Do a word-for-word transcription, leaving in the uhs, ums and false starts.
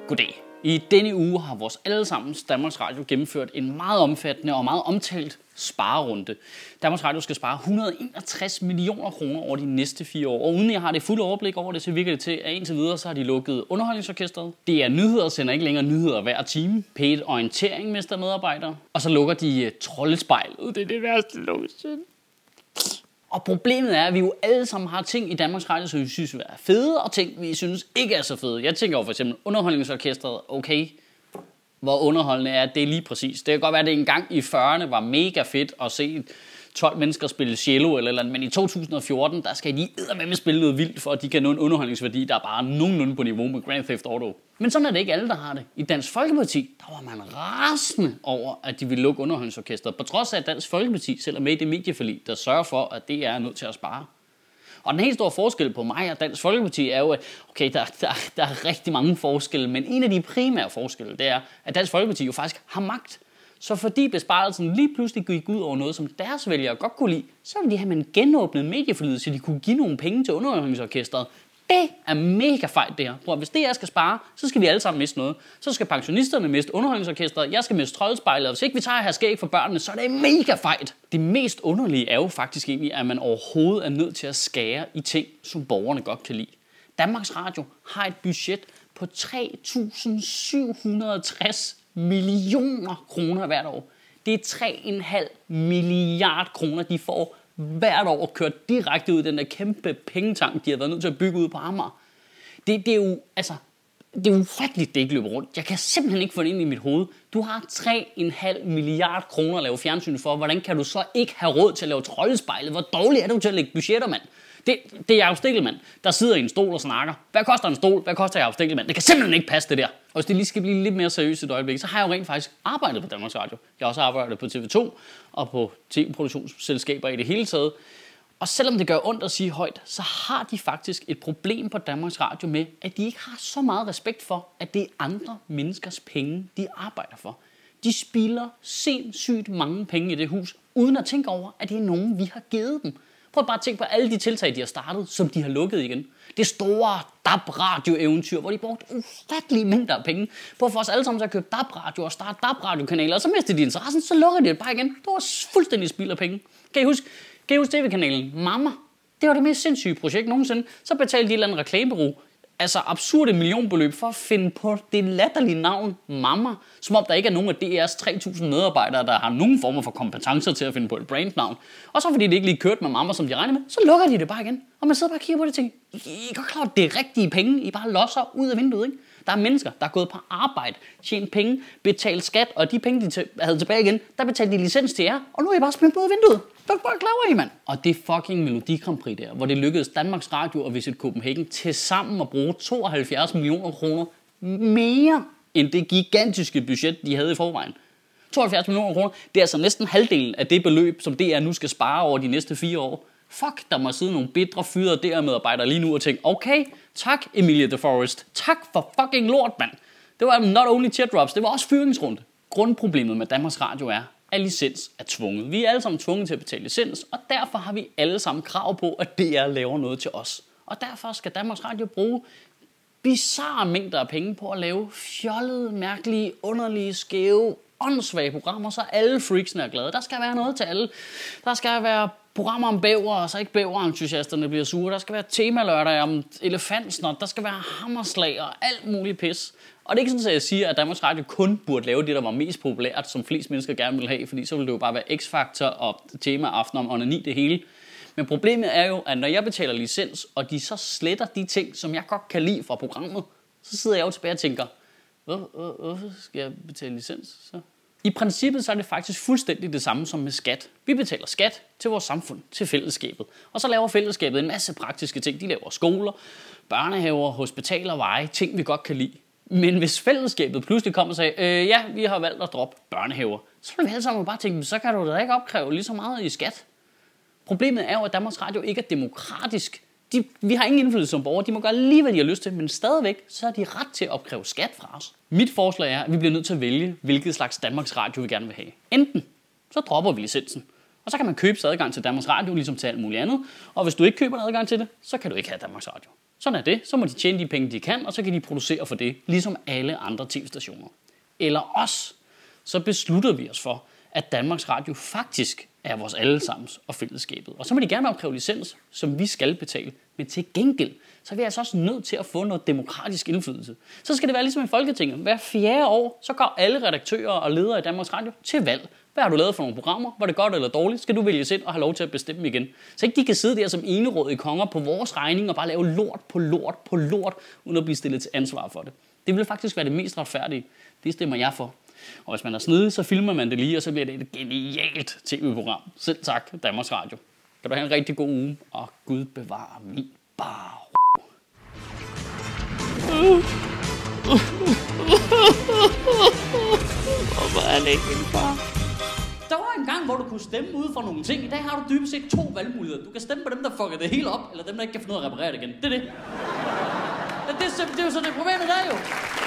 Goddag. I denne uge har vores allesammens Danmarks Radio gennemført en meget omfattende og meget omtalt sparerunde. Danmarks Radio skal spare et hundrede og enogtres millioner kroner over de næste fire år. Og uden jeg har det fulde overblik over det, så virker det til, at indtil videre så har de lukket Underholdningsorkestret. Det er nyheder, sender ikke længere nyheder hver time. P et Orientering mister medarbejdere. Og så lukker de uh, Troldspejlet. Det er det værste nogensinde. Og problemet er, at vi jo alle sammen har ting i Danmarks Radio, som vi synes er fede, og ting, vi synes ikke er så fede. Jeg tænker jo for eksempel Underholdningsorkestret, okay, hvor underholdende er det lige præcis. Det kan godt være, at det engang i fyrrerne var mega fedt at se tolv mennesker spille cello eller noget, men i to tusind og fjorten, der skal de eddermame spille noget vildt, for at de kan nå en underholdningsværdi, der er bare nogenlunde på niveau med Grand Theft Auto. Men sådan er det ikke alle, der har det. I Dansk Folkeparti, der var man rasende over, at de ville lukke Underholdningsorkestret, på trods af, at Dansk Folkeparti selv er med i det medieforlig, der sørger for, at det er nødt til at spare. Og den helt store forskel på mig og Dansk Folkeparti er jo, at okay, der, der, der er rigtig mange forskelle, men en af de primære forskelle, det er, at Dansk Folkeparti jo faktisk har magt. Så fordi besparelsen lige pludselig gik ud over noget, som deres vælgere godt kunne lide, så ville de have man genåbnet medieforliget, så de kunne give nogle penge til Underholdningsorkestret. Det er mega fejl det her. Prøv, hvis det jeg skal spare, så skal vi alle sammen miste noget. Så skal pensionisterne miste Underholdningsorkestret, jeg skal miste Troldspejlet, og hvis ikke vi tager her skæg for børnene, så er det mega fejl. Det mest underlige er jo faktisk egentlig, at man overhovedet er nødt til at skære i ting, som borgerne godt kan lide. Danmarks Radio har et budget på tre tusind syv hundrede og tres millioner kroner hvert år. Det er tre komma fem milliard kroner, de får hvert år kørt direkte ud i den der kæmpe pengetank, de har været nødt til at bygge ud på Amager. Det, det er jo, altså, det er ufrækkeligt, det ikke løber rundt. Jeg kan simpelthen ikke få det ind i mit hoved. Du har tre komma fem milliard kroner at lave fjernsyn for. Hvordan kan du så ikke have råd til at lave Troldspejlet? Hvor dårlig er du til at lægge budgetter, mand? Det, det er Jacob Stikkelmann, der sidder i en stol og snakker. Hvad koster en stol? Hvad koster Jacob Stikkelmann? Det kan simpelthen ikke passe det der. Og hvis det lige skal blive lidt mere seriøst et øjeblik, så har jeg jo rent faktisk arbejdet på Danmarks Radio. Jeg har også arbejdet på T V to og på T V-produktionsselskaber i det hele taget. Og selvom det gør ondt at sige højt, så har de faktisk et problem på Danmarks Radio med, at de ikke har så meget respekt for, at det er andre menneskers penge, de arbejder for. De spilder sindssygt mange penge i det hus, uden at tænke over, at det er nogen, vi har givet dem. Prøv bare at tænke på alle de tiltag, de har startet, som de har lukket igen. Det store D A B-radio-eventyr, hvor de brugte ufattelige mængder af penge på at få os alle sammen til at købe D A B-radio og starte D A B-radiokanaler, og så mistede de interessen, så lukker de det bare igen. Det var fuldstændig spild af penge. Kan I huske, kan I huske T V-kanalen Mamma? Det var det mest sindssyge projekt nogensinde. Så betalte de et eller andet reklamebureau, altså absurde millionbeløb for at finde på det latterlige navn Mamma, som om der ikke er nogen af D R's tre tusind medarbejdere, der har nogen former for kompetencer til at finde på et brandnavn. Og så fordi det ikke lige kørte med Mamma, som de regnede med, så lukker de det bare igen. Og man sidder bare og kigger på det og tænker, I er godt klar, det er rigtige penge, I bare losser ud af vinduet, ikke? Der er mennesker, der er gået på arbejde, tjent penge, betalt skat, og de penge, de havde tilbage igen, der betalte de licens til jer, og nu er I bare smidt ud af vinduet. Hvad klarer I, mand? Og det fucking Melodi Grand Prix der, hvor det lykkedes Danmarks Radio og Visit Copenhagen til sammen at bruge tooghalvfjerds millioner kroner mere end det gigantiske budget, de havde i forvejen. tooghalvfjerds millioner kroner, det er altså næsten halvdelen af det beløb, som D R nu skal spare over de næste fire år. Fuck, der må sidde nogle bitre fyrede D R-medarbejdere lige nu og tænke, okay, tak Emilia de Forest, tak for fucking lort, mand. Det var not only teardrops, det var også fyringsrunde. Grundproblemet med Danmarks Radio er, at licens er tvunget. Vi er alle sammen tvunget til at betale licens, og derfor har vi alle sammen krav på, at D R laver noget til os. Og derfor skal Danmarks Radio bruge bizarre mængder af penge på at lave fjollede, mærkelige, underlige, skæve, åndssvage programmer, så alle freaksene er glade. Der skal være noget til alle. Der skal være programmer om bæver, så ikke bæverentusiasterne bliver sure. Der skal være temalørdag om elefantsnot. Der skal være hammerslag og alt muligt pis. Og det er ikke sådan, at jeg siger, at Danmarks Radio kun burde lave det, der var mest populært, som flest mennesker gerne vil have, fordi så ville det jo bare være X-Factor og tema-aften om onani det hele. Men problemet er jo, at når jeg betaler licens, og de så sletter de ting, som jeg godt kan lide fra programmet, så sidder jeg jo tilbage og tænker, hvorfor skal jeg betale licens så? I princippet så er det faktisk fuldstændig det samme som med skat. Vi betaler skat til vores samfund, til fællesskabet. Og så laver fællesskabet en masse praktiske ting. De laver skoler, børnehaver, hospitaler, veje, ting vi godt kan lide. Men hvis fællesskabet pludselig kommer og siger, øh, ja, vi har valgt at droppe børnehaver, så vil vi alle sammen bare tænke, så kan du da ikke opkræve lige så meget i skat. Problemet er jo, at Danmarks Radio ikke er demokratisk. De, vi har ingen indflydelse som borgere, de må gøre lige, hvad de har lyst til, men stadigvæk så har de ret til at opkræve skat fra os. Mit forslag er, at vi bliver nødt til at vælge, hvilket slags Danmarks Radio vi gerne vil have. Enten så dropper vi licensen, og så kan man købe sig adgang til Danmarks Radio, ligesom til alt muligt andet, og hvis du ikke køber adgang til det, så kan du ikke have Danmarks Radio. Sådan er det. Så må de tjene de penge, de kan, og så kan de producere for det, ligesom alle andre tv-stationer. Eller os, så beslutter vi os for, at Danmarks Radio faktisk er vores allesammens og fællesskabet. Og så må de gerne opkræve licens, som vi skal betale. Men til gengæld, så er vi altså også nødt til at få noget demokratisk indflydelse. Så skal det være ligesom i Folketinget. Hver fjerde år, så går alle redaktører og ledere i Danmarks Radio til valg. Hvad har du lavet for nogle programmer? Var det godt eller dårligt? Skal du vælges ind og have lov til at bestemme igen? Så ikke de kan sidde der som enerådige konger på vores regning og bare lave lort på lort på lort, uden at blive stillet til ansvar for det. Det vil faktisk være det mest retfærdige. Det stemmer jeg for. Og hvis man er snedig, så filmer man det lige, og så bliver det et genialt tv-program. Selv tak, Danmarks Radio. Kan du have en rigtig god uge, og Gud bevare min bar. Hvorfor er det ikke min far? Der var en gang, hvor du kunne stemme ud for nogle ting. I dag har du dybest set to valgmuligheder. Du kan stemme på dem, der fucker det hele op, eller dem, der ikke kan finde ud af at reparere det igen. Det er det. Det er, det er jo så det problemet der jo.